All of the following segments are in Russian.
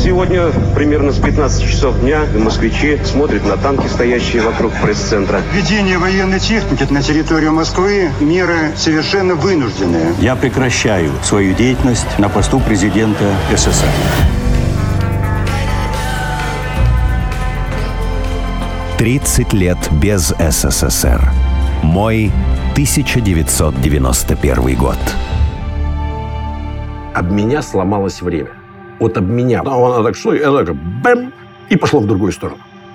Сегодня примерно с 15 часов дня москвичи смотрят на танки, стоящие вокруг пресс-центра. Введение военной техники на территорию Москвы – меры совершенно вынужденные. Я прекращаю свою деятельность на посту президента СССР. «30 лет без СССР». Мой 1991 год. Об меня сломалось время. Вот об меня. Она так что, это так, бэм, и пошло в другую сторону.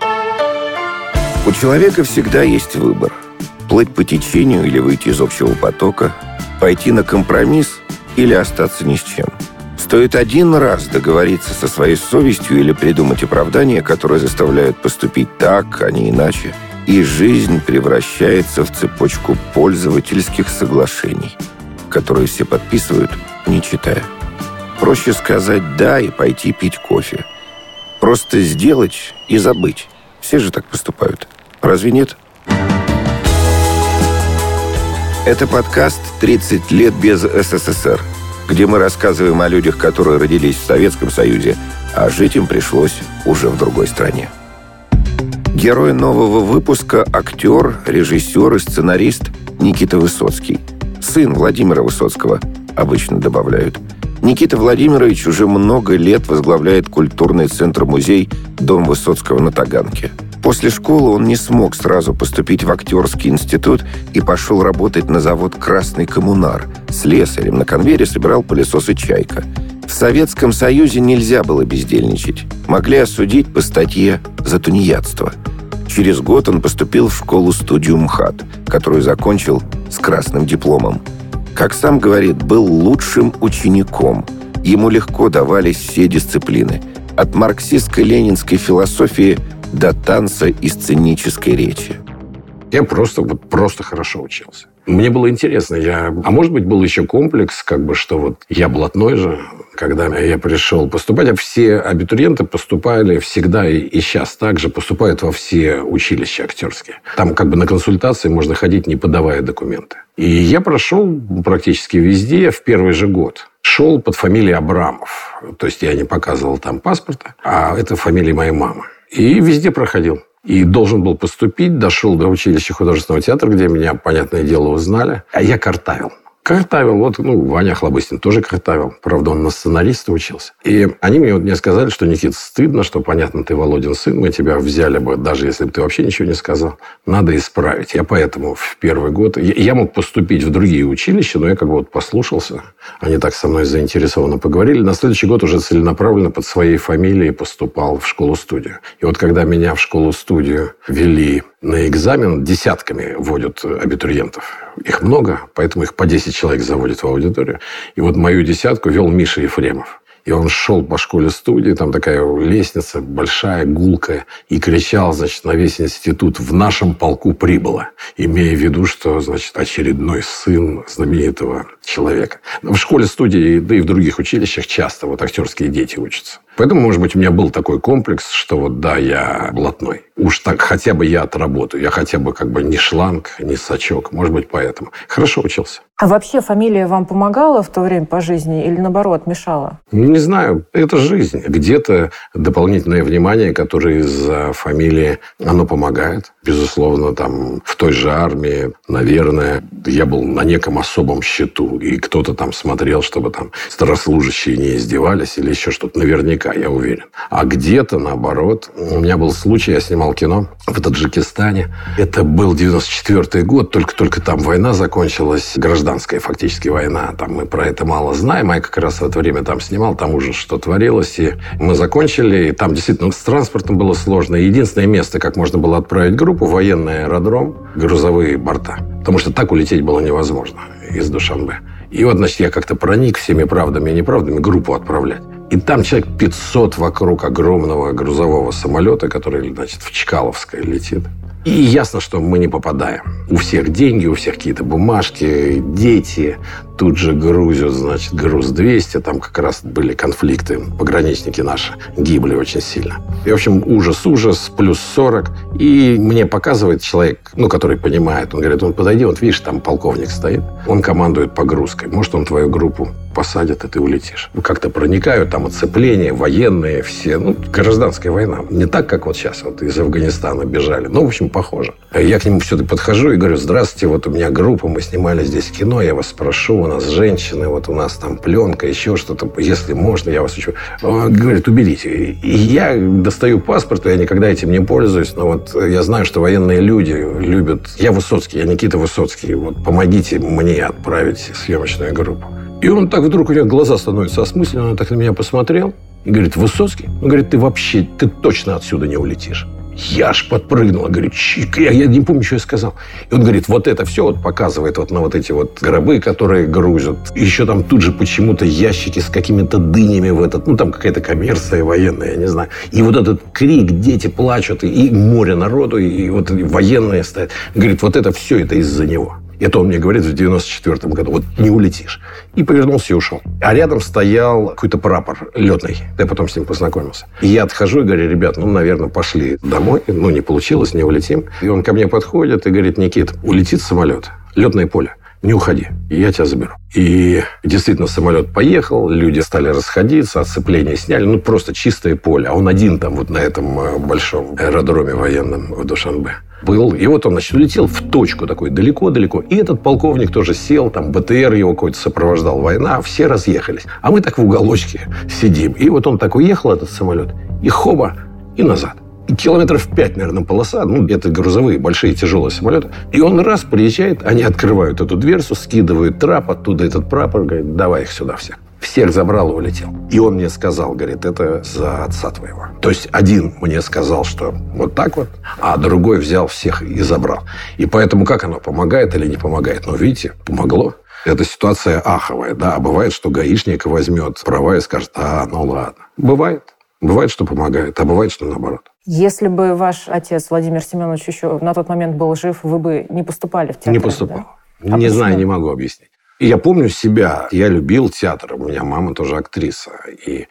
У человека всегда есть выбор. Плыть по течению или выйти из общего потока, пойти на компромисс или остаться ни с чем. Стоит один раз договориться со своей совестью или придумать оправдания, которые заставляют поступить так, а не иначе, и жизнь превращается в цепочку пользовательских соглашений, которые все подписывают, не читая. Проще сказать «да» и пойти пить кофе. Просто сделать и забыть. Все же так поступают. Разве нет? Это подкаст «30 лет без СССР», где мы рассказываем о людях, которые родились в Советском Союзе, а жить им пришлось уже в другой стране. Герой нового выпуска – актер, режиссер и сценарист Никита Высоцкий. Сын Владимира Высоцкого, обычно добавляют. Никита Владимирович уже много лет возглавляет культурный центр-музей «Дом Высоцкого» на Таганке. После школы он не смог сразу поступить в актерский институт и пошел работать на завод «Красный коммунар». Слесарем на конвейере собирал пылесосы «Чайка». В Советском Союзе нельзя было бездельничать. Могли осудить по статье за тунеядство. Через год он поступил в школу-студию МХАТ, которую закончил с красным дипломом. Как сам говорит, был лучшим учеником. Ему легко давались все дисциплины. От марксистско-ленинской философии до танца и сценической речи. Я просто хорошо учился. Мне было интересно. А может быть, был еще комплекс, что вот я блатной же. Когда я пришел поступать, а все абитуриенты поступали всегда и сейчас также поступают во все училища актерские. Там на консультации можно ходить, не подавая документы. И я прошел практически везде в первый же год. Шел под фамилией Абрамов. То есть я не показывал там паспорта, а это фамилия моей мамы. И везде проходил. И должен был поступить, дошел до училища художественного театра, где меня, понятное дело, узнали. А я картавил. Ваня Охлобыстин тоже картавил. Правда, он на сценариста учился. И они мне сказали, что, Никит, стыдно, что, понятно, ты Володин сын, мы тебя взяли бы, даже если бы ты вообще ничего не сказал. Надо исправить. Я поэтому в первый год... Я мог поступить в другие училища, но я послушался. Они так со мной заинтересованно поговорили. На следующий год уже целенаправленно под своей фамилией поступал в школу-студию. И вот когда меня в школу-студию вели на экзамен, десятками вводят абитуриентов. Их много, поэтому их по 10 человек заводят в аудиторию. И вот мою десятку вел Миша Ефремов. И он шел по школе-студии, там такая лестница большая, гулкая, и кричал, на весь институт: «В нашем полку прибыло», имея в виду, что, очередной сын знаменитого человека. В школе-студии, да и в других училищах часто актерские дети учатся. Поэтому, может быть, у меня был такой комплекс, что я блатной. Уж так хотя бы я отработаю. Я хотя бы не шланг, не сачок. Может быть, поэтому. Хорошо учился. А вообще фамилия вам помогала в то время по жизни или, наоборот, мешала? Не знаю. Это жизнь. Где-то дополнительное внимание, которое из-за фамилии, оно помогает. Безусловно, в той же армии, наверное, я был на неком особом счету. И кто-то там смотрел, чтобы старослужащие не издевались или еще что-то. Наверняка, я уверен. А где-то, наоборот, у меня был случай, я снимал кино в Таджикистане. Это был 94-й год, только там война закончилась, гражданская фактически война. Мы про это мало знаем, а я как раз в это время там снимал, там уже что творилось. И мы закончили, и там действительно с транспортом было сложно. Единственное место, как можно было отправить группу, военный аэродром, грузовые борта. Потому что так улететь было невозможно из Душанбе. И я как-то проник всеми правдами и неправдами группу отправлять. И там человек 500 вокруг огромного грузового самолета, который, в Чкаловское летит. И ясно, что мы не попадаем. У всех деньги, у всех какие-то бумажки, дети. тут же грузят, значит, груз 200. Там как раз были конфликты. Пограничники наши гибли очень сильно. И, в общем, ужас, плюс 40. И мне показывает человек, который понимает. Он говорит, подойди, вот видишь, там полковник стоит. Он командует погрузкой. Может, он твою группу посадит, и ты улетишь. Как-то проникают, там оцепления, военные все. Гражданская война. Не так, как вот сейчас вот из Афганистана бежали. В общем, похоже. Я к нему все-таки подхожу и говорю, здравствуйте, вот у меня группа, мы снимали здесь кино, я вас прошу, у нас женщины, вот у нас там пленка, еще что-то, если можно, я вас учу. Он говорит, уберите. И я достаю паспорт, я никогда этим не пользуюсь, но вот я знаю, что военные люди любят... Я Высоцкий, я Никита Высоцкий, вот помогите мне отправить съемочную группу. И он так вдруг, у него глаза становятся осмысленными, он так на меня посмотрел и говорит, Высоцкий? Он говорит, ты точно отсюда не улетишь. Я аж подпрыгнул, говорит, я не помню, что я сказал. И он говорит, вот это все вот показывает вот на вот эти вот гробы, которые грузят. Еще там тут же почему-то ящики с какими-то дынями в этот, там какая-то коммерция военная, я не знаю. И вот этот крик, дети плачут, и море народу, и вот военные стоят. Говорит, вот это все, это из-за него. Это он мне говорит в 94-м году. Вот не улетишь. И повернулся и ушел. А рядом стоял какой-то прапор летный. Я потом с ним познакомился. И я отхожу и говорю, ребят, наверное, пошли домой. Не получилось, не улетим. И он ко мне подходит и говорит, Никит, улетит самолет, летное поле. Не уходи, я тебя заберу. И действительно самолет поехал, люди стали расходиться, оцепление сняли, просто чистое поле. А он один там вот на этом большом аэродроме военном в Душанбе был. И вот он, улетел в точку такой далеко-далеко. И этот полковник тоже сел, там БТР его какой-то сопровождал, война, все разъехались. А мы так в уголочке сидим. И вот он так уехал, этот самолет, и хоба, и назад. Километров 5, наверное, полоса. Это грузовые, большие, тяжелые самолеты. И он раз приезжает, они открывают эту дверцу, скидывают трап, оттуда этот прапор, говорит, давай их сюда всех. Всех забрал и улетел. И он мне сказал, говорит, это за отца твоего. То есть один мне сказал, что вот так вот, а другой взял всех и забрал. И поэтому как оно, помогает или не помогает? Видите, помогло. Эта ситуация аховая, да. А бывает, что гаишник возьмет права и скажет, ладно. Бывает. Бывает, что помогает, а бывает, что наоборот. Если бы ваш отец Владимир Семенович еще на тот момент был жив, вы бы не поступали в театр? Не поступал. Да? Не знаю, не могу объяснить. И я помню себя. Я любил театр. У меня мама тоже актриса. И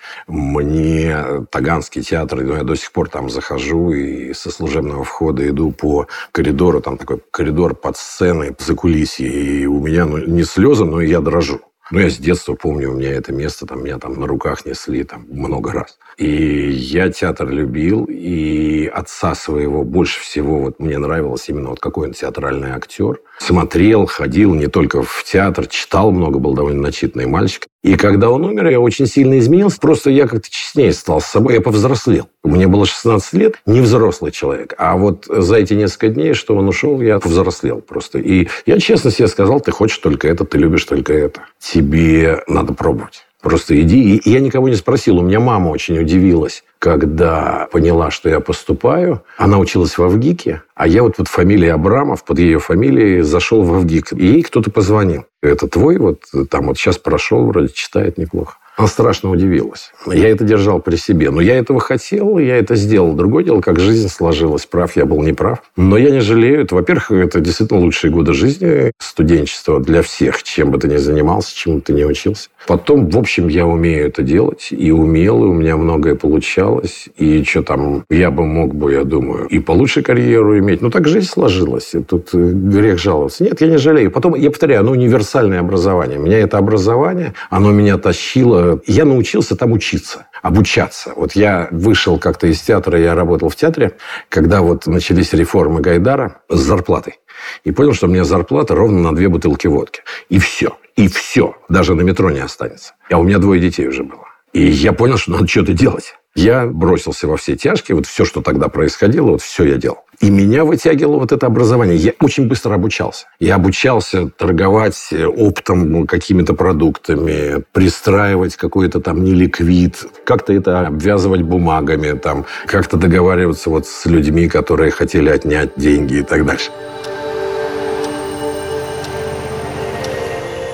мне Таганский театр, я до сих пор там захожу и со служебного входа иду по коридору. Там такой коридор под сценой, закулисье. И у меня не слезы, но я дрожу. Я с детства помню, у меня это место, меня там на руках несли много раз. И я театр любил, и отца своего больше всего мне нравилось именно какой он театральный актер. Смотрел, ходил не только в театр, читал много, был довольно начитанный мальчик. И когда он умер, я очень сильно изменился. Просто я как-то честнее стал с собой, я повзрослел. Мне было 16 лет, не взрослый человек. А вот за эти несколько дней, что он ушел, я повзрослел просто. И я честно себе сказал, ты хочешь только это, ты любишь только это. Тебе надо пробовать. Просто иди. И я никого не спросил. У меня мама очень удивилась, когда поняла, что я поступаю. Она училась в Авгике, а я вот фамилия Абрамов, под ее фамилией зашел в Авгик. И ей кто-то позвонил. Это твой, там сейчас прошел, вроде читает неплохо. Она страшно удивилась. Я это держал при себе. Но я этого хотел, я это сделал. Другое дело, как жизнь сложилась. Прав я был, не прав. Но я не жалею. Во-первых, это действительно лучшие годы жизни, студенчества для всех, чем бы ты ни занимался, чему ты не учился. Потом, в общем, я умею это делать. И умел, и у меня многое получалось. И что там, я мог бы, я думаю, и получше карьеру иметь. Но так жизнь сложилась. И тут грех жаловаться. Нет, я не жалею. Потом, я повторяю, оно универсальное образование. Меня это образование, оно меня тащило. Я научился там учиться, обучаться. Я вышел как-то из театра, я работал в театре, когда начались реформы Гайдара с зарплатой. И понял, что у меня зарплата ровно на 2 бутылки водки. И все. И все. Даже на метро не останется. А у меня 2 детей уже было. И я понял, что надо что-то делать. Я бросился во все тяжкие. Все, что тогда происходило, все я делал. И меня вытягивало это образование. Я очень быстро обучался. Я обучался торговать оптом какими-то продуктами, пристраивать какой-то неликвид, как-то это обвязывать бумагами, как-то договариваться с людьми, которые хотели отнять деньги и так дальше.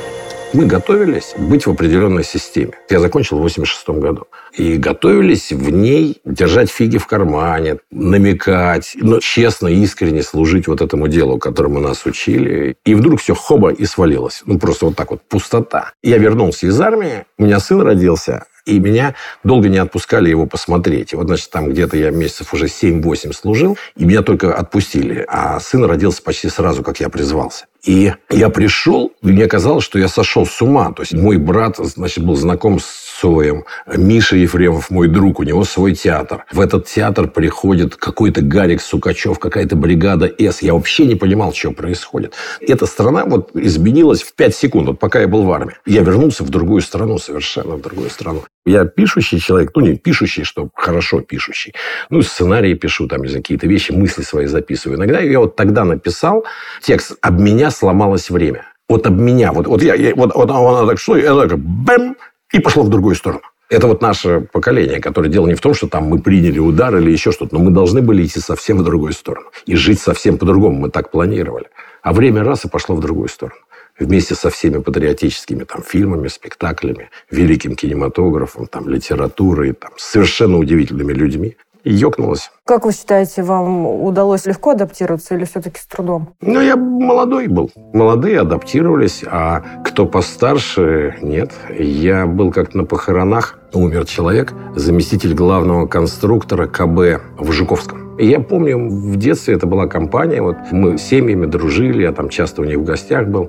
Мы готовились быть в определенной системе. Я закончил в 86 году. И готовились в ней держать фиги в кармане, намекать, но честно, искренне служить вот этому делу, которому нас учили. И вдруг все хоба и свалилось. Просто вот так вот пустота. Я вернулся из армии, у меня сын родился, и меня долго не отпускали его посмотреть. И вот, значит, там где-то я месяцев уже 7-8 служил, и меня только отпустили. А сын родился почти сразу, как я призвался. И я пришел, и мне казалось, что я сошел с ума. То есть мой брат, значит, был знаком с Цоем. Миша Ефремов, мой друг, у него свой театр. В этот театр приходит какой-то Гарик Сукачев, какая-то бригада С. Я вообще не понимал, что происходит. Эта страна вот изменилась в 5 секунд, вот пока я был в армии. Я вернулся в другую страну, совершенно в другую страну. Я пишущий человек, не пишущий, что хорошо пишущий. Сценарии пишу, там, какие-то вещи, мысли свои записываю. Иногда я вот тогда написал текст «Об меня сломалось время». Вот об меня. Вот она так шло, и она так бэм, и пошло в другую сторону. Это вот наше поколение, которое дело не в том, что там мы приняли удар или еще что-то, но мы должны были идти совсем в другую сторону. И жить совсем по-другому. Мы так планировали. А время раз и пошло в другую сторону. Вместе со всеми патриотическими фильмами, спектаклями, великим кинематографом, литературой, совершенно удивительными людьми. И ёкнулось. Как вы считаете, вам удалось легко адаптироваться или все-таки с трудом? Я молодой был. Молодые адаптировались, а кто постарше – нет. Я был как-то на похоронах. Умер человек, заместитель главного конструктора КБ в Жуковском. И я помню, в детстве это была компания, мы с семьями дружили, я там часто у них в гостях был.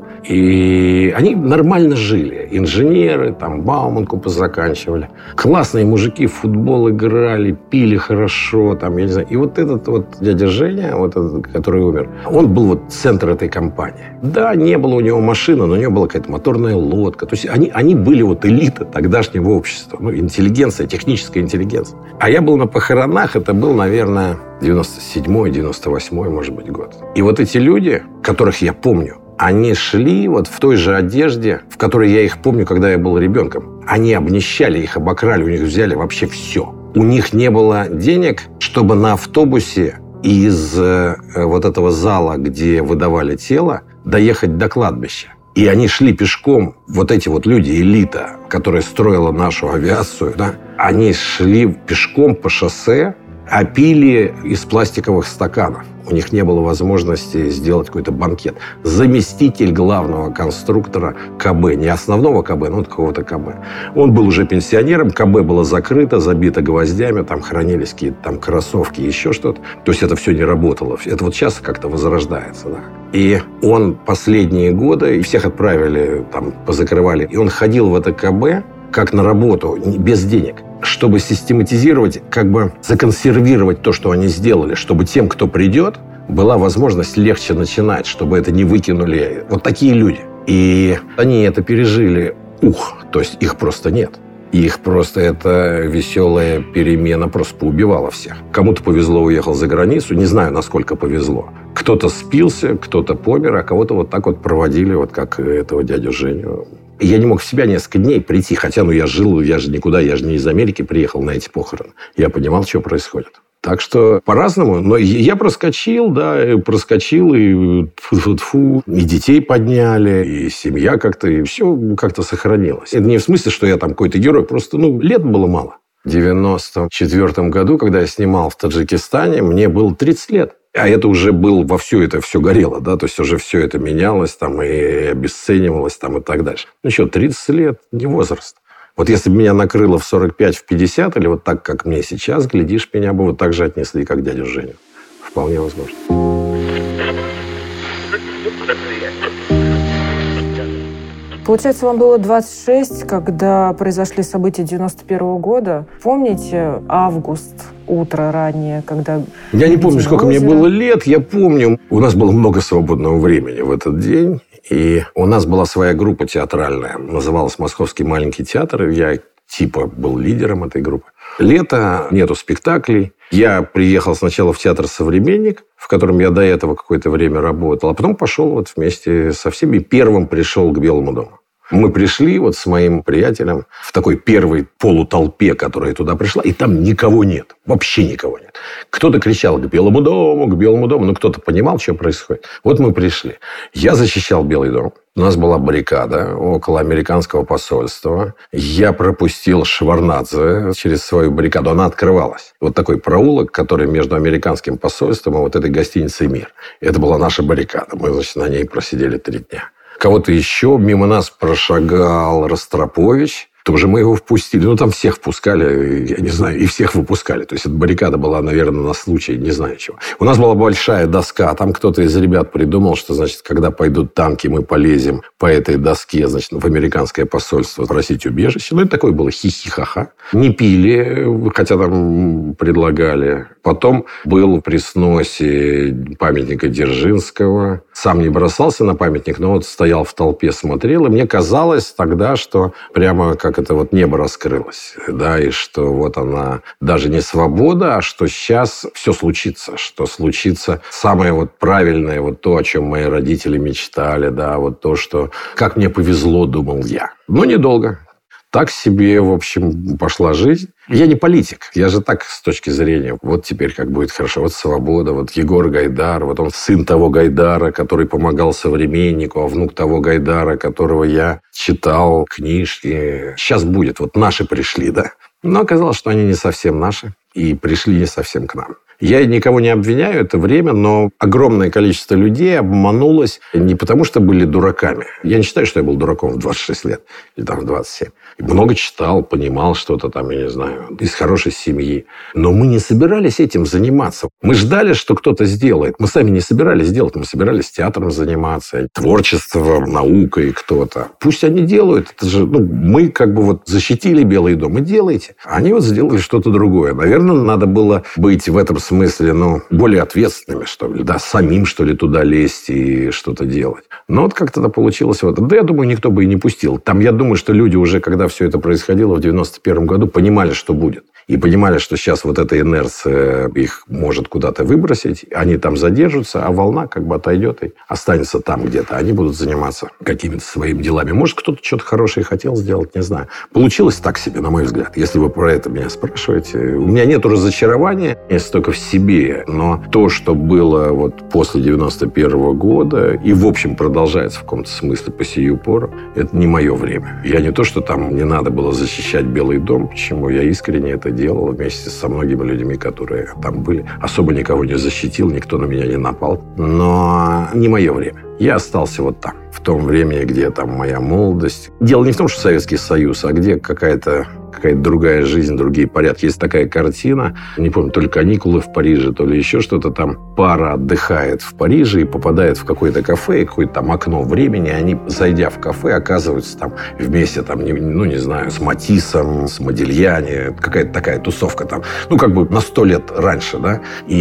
И они нормально жили. Инженеры, Бауманку позаканчивали. Классные мужики в футбол играли, пили хорошо, я не знаю. И вот этот дядя Женя, который умер, он был центр этой компании. Да, не было у него машины, но у него была какая-то моторная лодка. То есть они были элита тогдашнего общества. Интеллигенция, техническая интеллигенция. А я был на похоронах, это был, наверное, 97-й, 98-й, может быть, год. И эти люди, которых я помню, они шли в той же одежде, в которой я их помню, когда я был ребенком. Они обнищали, их обокрали, у них взяли вообще все. У них не было денег, чтобы на автобусе из этого зала, где выдавали тело, доехать до кладбища. И они шли пешком, эти люди, элита, которая строила нашу авиацию, они шли пешком по шоссе, а пили из пластиковых стаканов. У них не было возможности сделать какой-то банкет. Заместитель главного конструктора КБ, не основного КБ, но какого-то КБ. Он был уже пенсионером, КБ было закрыто, забито гвоздями, там хранились какие-то кроссовки, еще что-то. То есть это все не работало. Это сейчас как-то возрождается. Да. И он последние годы, и всех отправили, позакрывали. И он ходил в это КБ как на работу, без денег, чтобы систематизировать, законсервировать то, что они сделали, чтобы тем, кто придет, была возможность легче начинать, чтобы это не выкинули. Такие люди. И они это пережили. То есть их просто нет. Их просто эта веселая перемена просто поубивала всех. Кому-то повезло, уехал за границу. Не знаю, насколько повезло. Кто-то спился, кто-то помер, а кого-то так проводили, как этого дядю Женю. И я не мог в себя несколько дней прийти. Хотя, я жил, я же не из Америки приехал на эти похороны. Я понимал, что происходит. Так что по-разному. Но я проскочил, и тьфу-тьфу. И детей подняли, и семья как-то, и все как-то сохранилось. Это не в смысле, что я какой-то герой. Просто, лет было мало. В 94 году, когда я снимал в Таджикистане, мне было 30 лет. А это уже был вовсю это все горело, да, то есть уже все это менялось и обесценивалось и так дальше. 30 лет не возраст. Если бы меня накрыло в 45, в 50, или так, как мне сейчас, глядишь, меня бы так же отнесли, как дядю Женю. Вполне возможно. Получается, вам было 26, когда произошли события 91 года. Помните август, утро раннее, когда... Я не помню, сколько мне было лет. Я помню, у нас было много свободного времени в этот день. И у нас была своя группа театральная. Называлась «Московский маленький театр». Я был лидером этой группы. Лето, нету спектаклей. Я приехал сначала в театр «Современник», в котором я до этого какое-то время работал, а потом пошел вместе со всеми. Первым пришел к Белому дому. Мы пришли вот с моим приятелем в такой первой полутолпе, которая туда пришла, и там никого нет. Вообще никого нет. Кто-то кричал к Белому дому, но кто-то понимал, что происходит. Вот мы пришли. Я защищал Белый дом. У нас была баррикада около американского посольства. Я пропустил Шеварднадзе через свою баррикаду. Она открывалась. Вот такой проулок, который между американским посольством и вот этой гостиницей «Мир». Это была наша баррикада. Мы, значит, на ней просидели 3 дня. Кого-то еще мимо нас прошагал Ростропович. Тоже мы его впустили. Ну, там всех впускали, я не знаю, и всех выпускали. То есть, эта баррикада была, наверное, на случай не знаю чего. У нас была большая доска. Там кто-то из ребят придумал, что, значит, когда пойдут танки, мы полезем по этой доске, значит, в американское посольство просить убежище. Ну, это такое было хихи-ха-ха. Не пили, хотя там предлагали. Потом был при сносе памятника Дзержинского. Сам не бросался на памятник, но вот стоял в толпе, смотрел. И мне казалось тогда, что прямо как это вот небо раскрылось, да, и что вот она даже не свобода, а что сейчас все случится, что случится самое вот правильное, вот то, о чем мои родители мечтали, да, вот то, что как мне повезло, думал я. Но недолго. Так себе, в общем, пошла жизнь. Я не политик. Я же так, с точки зрения, вот теперь как будет хорошо. Вот свобода, вот Егор Гайдар, вот он сын того Гайдара, который помогал современнику, а внук того Гайдара, которого я читал книжки. Сейчас будет. Вот наши пришли, да. Но оказалось, что они не совсем наши и пришли не совсем к нам. Я никого не обвиняю, это время, но огромное количество людей обманулось не потому, что были дураками. Я не считаю, что я был дураком в 26 лет или там в 27. И много читал, понимал что-то там, я не знаю, из хорошей семьи. Но мы не собирались этим заниматься. Мы ждали, что кто-то сделает. Мы сами не собирались делать. Мы собирались театром заниматься, творчеством, наукой кто-то. Пусть они делают. Это же, мы как бы вот защитили Белый дом. И делайте. Они вот сделали что-то другое. Наверное, надо было быть в этом смысле, более ответственными, что ли, да, самим, что ли, туда лезть и что-то делать. Но вот как-то получилось вот. Да, я думаю, никто бы и не пустил. Там, я думаю, что люди уже, когда все это происходило в 91 году, понимали, что будет. И понимали, что сейчас вот эта инерция их может куда-то выбросить. Они там задержатся, а волна как бы отойдет и останется там где-то. Они будут заниматься какими-то своими делами. Может, кто-то что-то хорошее хотел сделать, не знаю. Получилось так себе, на мой взгляд. Если вы про это меня спрашиваете. У меня нет разочарования, есть только в себе. Но то, что было вот после 91 года и, в общем, продолжается в каком-то смысле по сию пору, это не мое время. Я не то, что там не надо было защищать Белый дом, почему я искренне это делал вместе со многими людьми, которые там были. Особо никого не защитил, никто на меня не напал. Но не мое время. Я остался вот там, в том времени, где там моя молодость. Дело не в том, что Советский Союз, а где какая-то другая жизнь, другие порядки. Есть такая картина, не помню, то ли «Каникулы в Париже», то ли еще что-то там. Пара отдыхает в Париже и попадает в какое-то кафе, какое-то там окно времени. Они, зайдя в кафе, оказываются там вместе, там, не знаю, с Матиссом, с Модильяни. Какая-то такая тусовка там. Как бы на 100 лет раньше, да.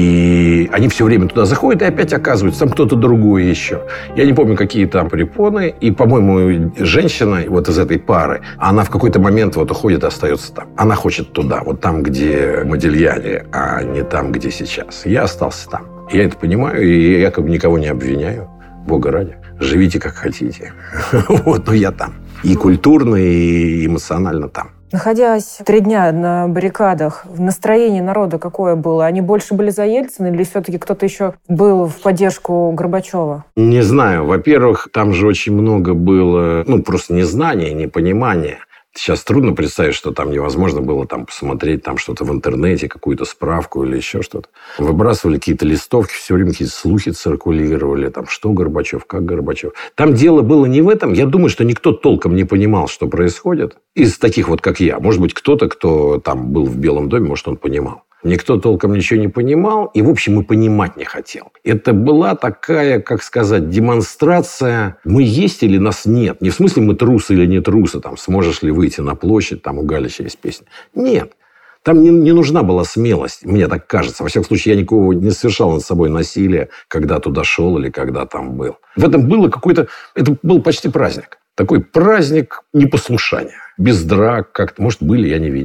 И они все время туда заходят и опять оказываются там кто-то другой еще. Я не помню, какие там препоны. И, по-моему, женщина вот из этой пары, она в какой-то момент вот уходит, остается там. Она хочет туда, вот там, где Модильяне, а не там, где сейчас. Я остался там. Я это понимаю, и я как бы никого не обвиняю. Бога ради. Живите как хотите. Вот, но я там. И культурно, и эмоционально там. Находясь 3 дня на баррикадах, настроение народа какое было? Они больше были за Ельцина или все-таки кто-то еще был в поддержку Горбачева? Не знаю. Во-первых, там же очень много было, просто незнания, непонимания. Сейчас трудно представить, что там невозможно было там посмотреть там что-то в интернете, какую-то справку или еще что-то. Выбрасывали какие-то листовки, все время какие-то слухи циркулировали, там, что Горбачев, как Горбачев. Там дело было не в этом. Я думаю, что никто толком не понимал, что происходит. Из таких вот, как я. Может быть, кто-то, кто там был в Белом доме, может, он понимал. Никто толком ничего не понимал и, в общем, и понимать не хотел. Это была такая, как сказать, демонстрация. Мы есть или нас нет? Не в смысле мы трусы или не трусы. Там, сможешь ли выйти на площадь, там у Галича есть песня. Нет. Там не нужна была смелость, мне так кажется. Во всяком случае, я никого не совершал над собой насилия, когда туда шел или когда там был. В этом было какой-то... Это был почти праздник. Такой праздник непослушания. Без драк как-то. Может, были, я не видел.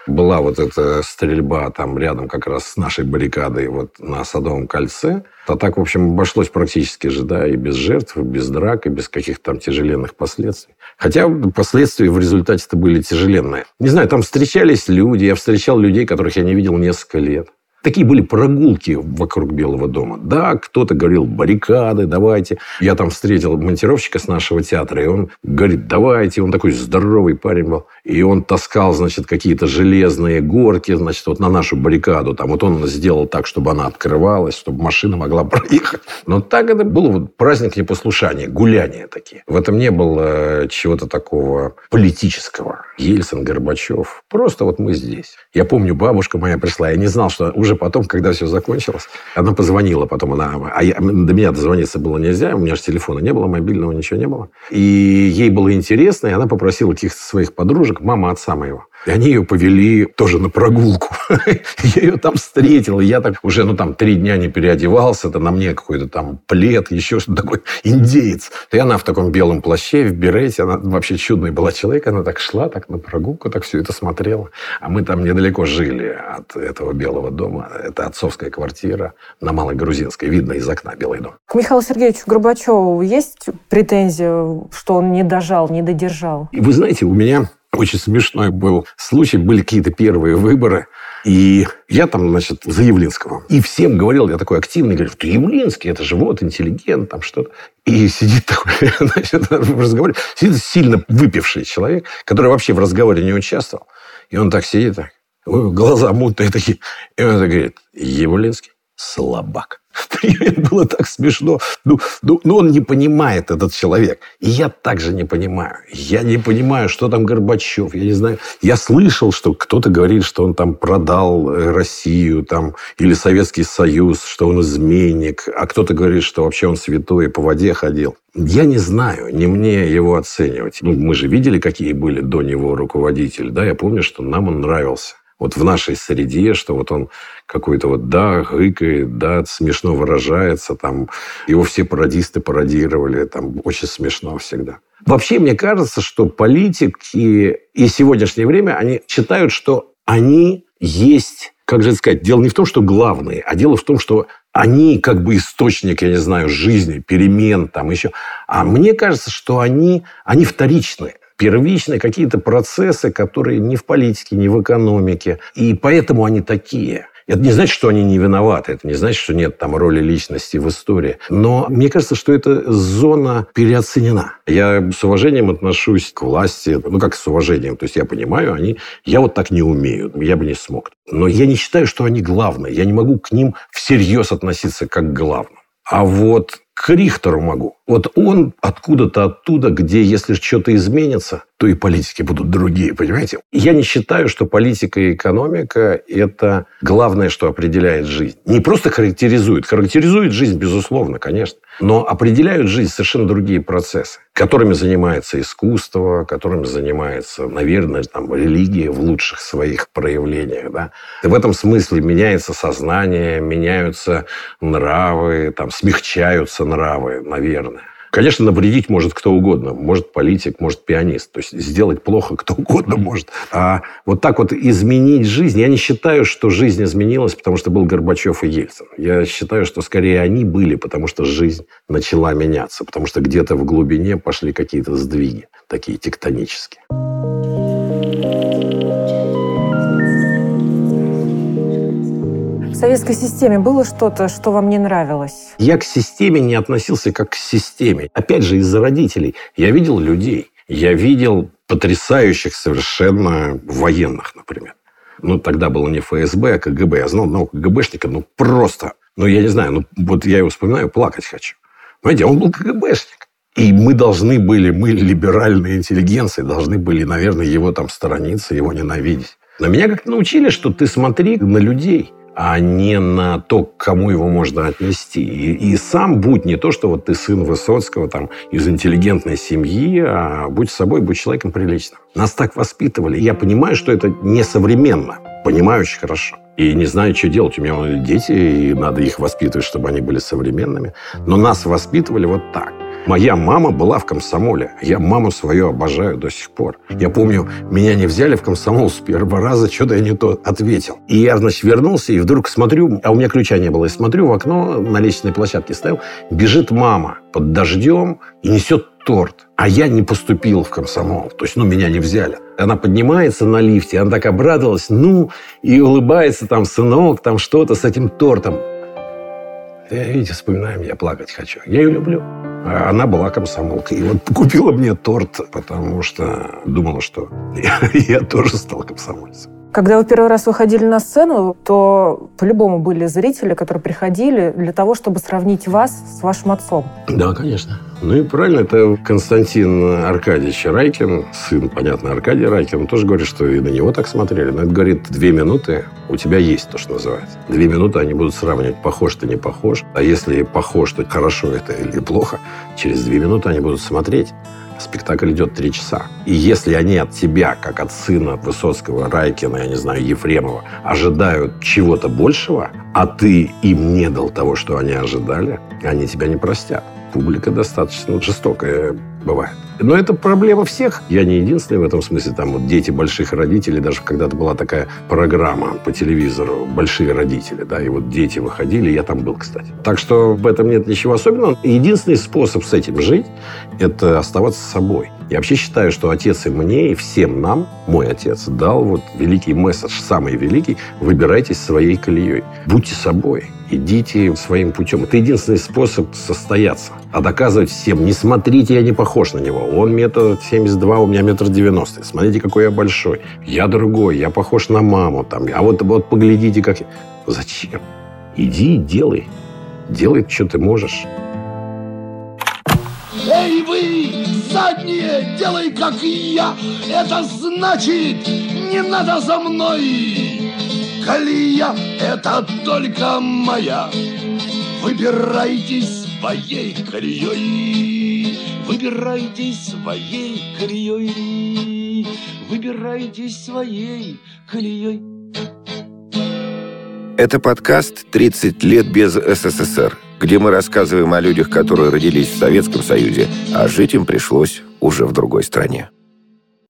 была вот эта стрельба там рядом как раз с нашей баррикадой вот на Садовом кольце. А так, в общем, обошлось практически же, да, и без жертв, и без драк, и без каких-то там тяжеленных последствий. Хотя последствия в результате-то были тяжеленные. Не знаю, там встречались люди, я встречал людей, которых я не видел несколько лет. Такие были прогулки вокруг Белого дома. Да, кто-то говорил, баррикады, давайте. Я там встретил монтировщика с нашего театра, и он говорит, давайте. Он такой здоровый парень был. И он таскал, значит, какие-то железные горки, значит, вот на нашу баррикаду. Там вот он сделал так, чтобы она открывалась, чтобы машина могла проехать. Но так это был вот праздник непослушания, гуляния такие. В этом не было чего-то такого политического. Ельцин, Горбачев. Просто вот мы здесь. Я помню, бабушка моя пришла, я не знал, что уже потом, когда все закончилось, она позвонила потом. До меня дозвониться было нельзя, у меня же телефона не было, мобильного ничего не было. И ей было интересно, и она попросила каких-то своих подружек, мама отца моего. И они ее повели тоже на прогулку. Я ее там встретил. И я так уже, 3 дня не переодевался. Это на мне какой-то там плед, еще что-то такое. Индеец. И она в таком белом плаще, в берете. Она вообще чудный была человек. Она так шла, так на прогулку, так все это смотрела. А мы там недалеко жили от этого Белого дома. Это отцовская квартира на Малой Грузинской. Видно из окна Белый дом. К Михаилу Сергеевичу Горбачеву есть претензия, что он не дожал, не додержал? И вы знаете, у меня... Очень смешной был случай. Были какие-то первые выборы. И я там, значит, за Явлинского. И всем говорил, я такой активный, говорю, ты Явлинский, это же вот интеллигент, там что-то. И сидит такой, значит, в разговоре, сидит сильно выпивший человек, который вообще в разговоре не участвовал. И он так сидит, так, глаза мутные такие. И он так говорит, Явлинский слабак. Это было так смешно. Он не понимает, этот человек. И я также не понимаю. Я не понимаю, что там Горбачев. Я не знаю. Я слышал, что кто-то говорит, что он там продал Россию там, или Советский Союз, что он изменник. А кто-то говорит, что вообще он святой и по воде ходил. Я не знаю. Не мне его оценивать. Мы же видели, какие были до него руководители. Да, я помню, что нам он нравился. Вот в нашей среде, что вот он какой-то вот, да, гыкает, да, смешно выражается, там, его все пародисты пародировали, там, очень смешно всегда. Вообще, мне кажется, что политики и сегодняшнее время, они считают, что они есть, как же это сказать, дело не в том, что главные, а дело в том, что они как бы источник, я не знаю, жизни, перемен, там, еще. А мне кажется, что они вторичные. Первичные какие-то процессы, которые не в политике, не в экономике. И поэтому они такие. Это не значит, что они не виноваты. Это не значит, что нет там роли личности в истории. Но мне кажется, что эта зона переоценена. Я с уважением отношусь к власти. Как с уважением. То есть я понимаю, я вот так не умею. Я бы не смог. Но я не считаю, что они главные. Я не могу к ним всерьез относиться как к главным. А вот к Рихтеру могу. Вот он откуда-то оттуда, где если что-то изменится, то и политики будут другие, понимаете? Я не считаю, что политика и экономика – это главное, что определяет жизнь. Не просто характеризует. Характеризует жизнь, безусловно, конечно. Но определяют жизнь совершенно другие процессы, которыми занимается искусство, которыми занимается, наверное, там, религия в лучших своих проявлениях. Да? И в этом смысле меняется сознание, меняются нравы, там, смягчаются нравы, наверное. Конечно, навредить может кто угодно. Может политик, может пианист. То есть сделать плохо кто угодно может. А вот так вот изменить жизнь... Я не считаю, что жизнь изменилась, потому что был Горбачев и Ельцин. Я считаю, что скорее они были, потому что жизнь начала меняться. Потому что где-то в глубине пошли какие-то сдвиги, такие тектонические. В советской системе было что-то, что вам не нравилось? Я к системе не относился как к системе. Опять же, из-за родителей. Я видел людей. Я видел потрясающих совершенно военных, например. Тогда было не ФСБ, а КГБ. Я знал одного КГБшника, просто... я не знаю, вот я его вспоминаю, плакать хочу. Понимаете, он был КГБшник. И мы либеральная интеллигенция, должны были, наверное, его там сторониться, его ненавидеть. Но меня как-то научили, что ты смотри на людей, а не на то, к кому его можно отнести. И сам будь не то, что вот ты сын Высоцкого там, из интеллигентной семьи, а будь собой, будь человеком приличным. Нас так воспитывали. Я понимаю, что это несовременно. Понимаю очень хорошо. И не знаю, что делать. У меня дети, и надо их воспитывать, чтобы они были современными. Но нас воспитывали вот так. Моя мама была в комсомоле. Я маму свою обожаю до сих пор. Я помню, меня не взяли в комсомол с первого раза, что-то я не то ответил. И я, значит, вернулся, и вдруг смотрю, а у меня ключа не было, и смотрю в окно, на лестничной площадке стоял, бежит мама под дождем и несет торт. А я не поступил в комсомол. То есть, меня не взяли. Она поднимается на лифте, она так обрадовалась, и улыбается там, сынок, там что-то с этим тортом. Видите, вспоминаем, я плакать хочу. Я ее люблю. А она была комсомолкой. И вот купила мне торт, потому что думала, что я тоже стал комсомольцем. Когда вы первый раз выходили на сцену, то по-любому были зрители, которые приходили для того, чтобы сравнить вас с вашим отцом. Да, конечно. И правильно, это Константин Аркадьевич Райкин, сын, понятно, Аркадий Райкин, тоже говорит, что и на него так смотрели. Но это, говорит, 2 минуты у тебя есть то, что называется. 2 минуты они будут сравнивать, похож ты, не похож. А если похож, то хорошо это или плохо. Через 2 минуты они будут смотреть. Спектакль идет 3 часа. И если они от тебя, как от сына Высоцкого, Райкина, я не знаю, Ефремова, ожидают чего-то большего, а ты им не дал того, что они ожидали, они тебя не простят. Публика достаточно жестокая бывает. Но это проблема всех. Я не единственный в этом смысле. Там вот дети больших родителей. Даже когда-то была такая программа по телевизору «Большие родители». Да, и вот дети выходили. Я там был, кстати. Так что в этом нет ничего особенного. Единственный способ с этим жить – это оставаться собой. Я вообще считаю, что отец и мне, и всем нам, мой отец, дал вот великий месседж, самый великий – выбирайтесь своей колеей. Будьте собой. Идите своим путем. Это единственный способ состояться. А доказывать всем, не смотрите, я не похож на него. Он 1,72 м, у меня 1,90 м. Смотрите, какой я большой. Я другой, я похож на маму. Там. А вот поглядите, как я... Зачем? Иди и делай. Делай, что ты можешь. Эй, вы, задние, делай, как и я. Это значит, не надо за мной. Колея – это только моя. Выбирайтесь своей колеей. Выбирайтесь своей колеей. Выбирайтесь своей колеей. Это подкаст «30 лет без СССР», где мы рассказываем о людях, которые родились в Советском Союзе, а жить им пришлось уже в другой стране.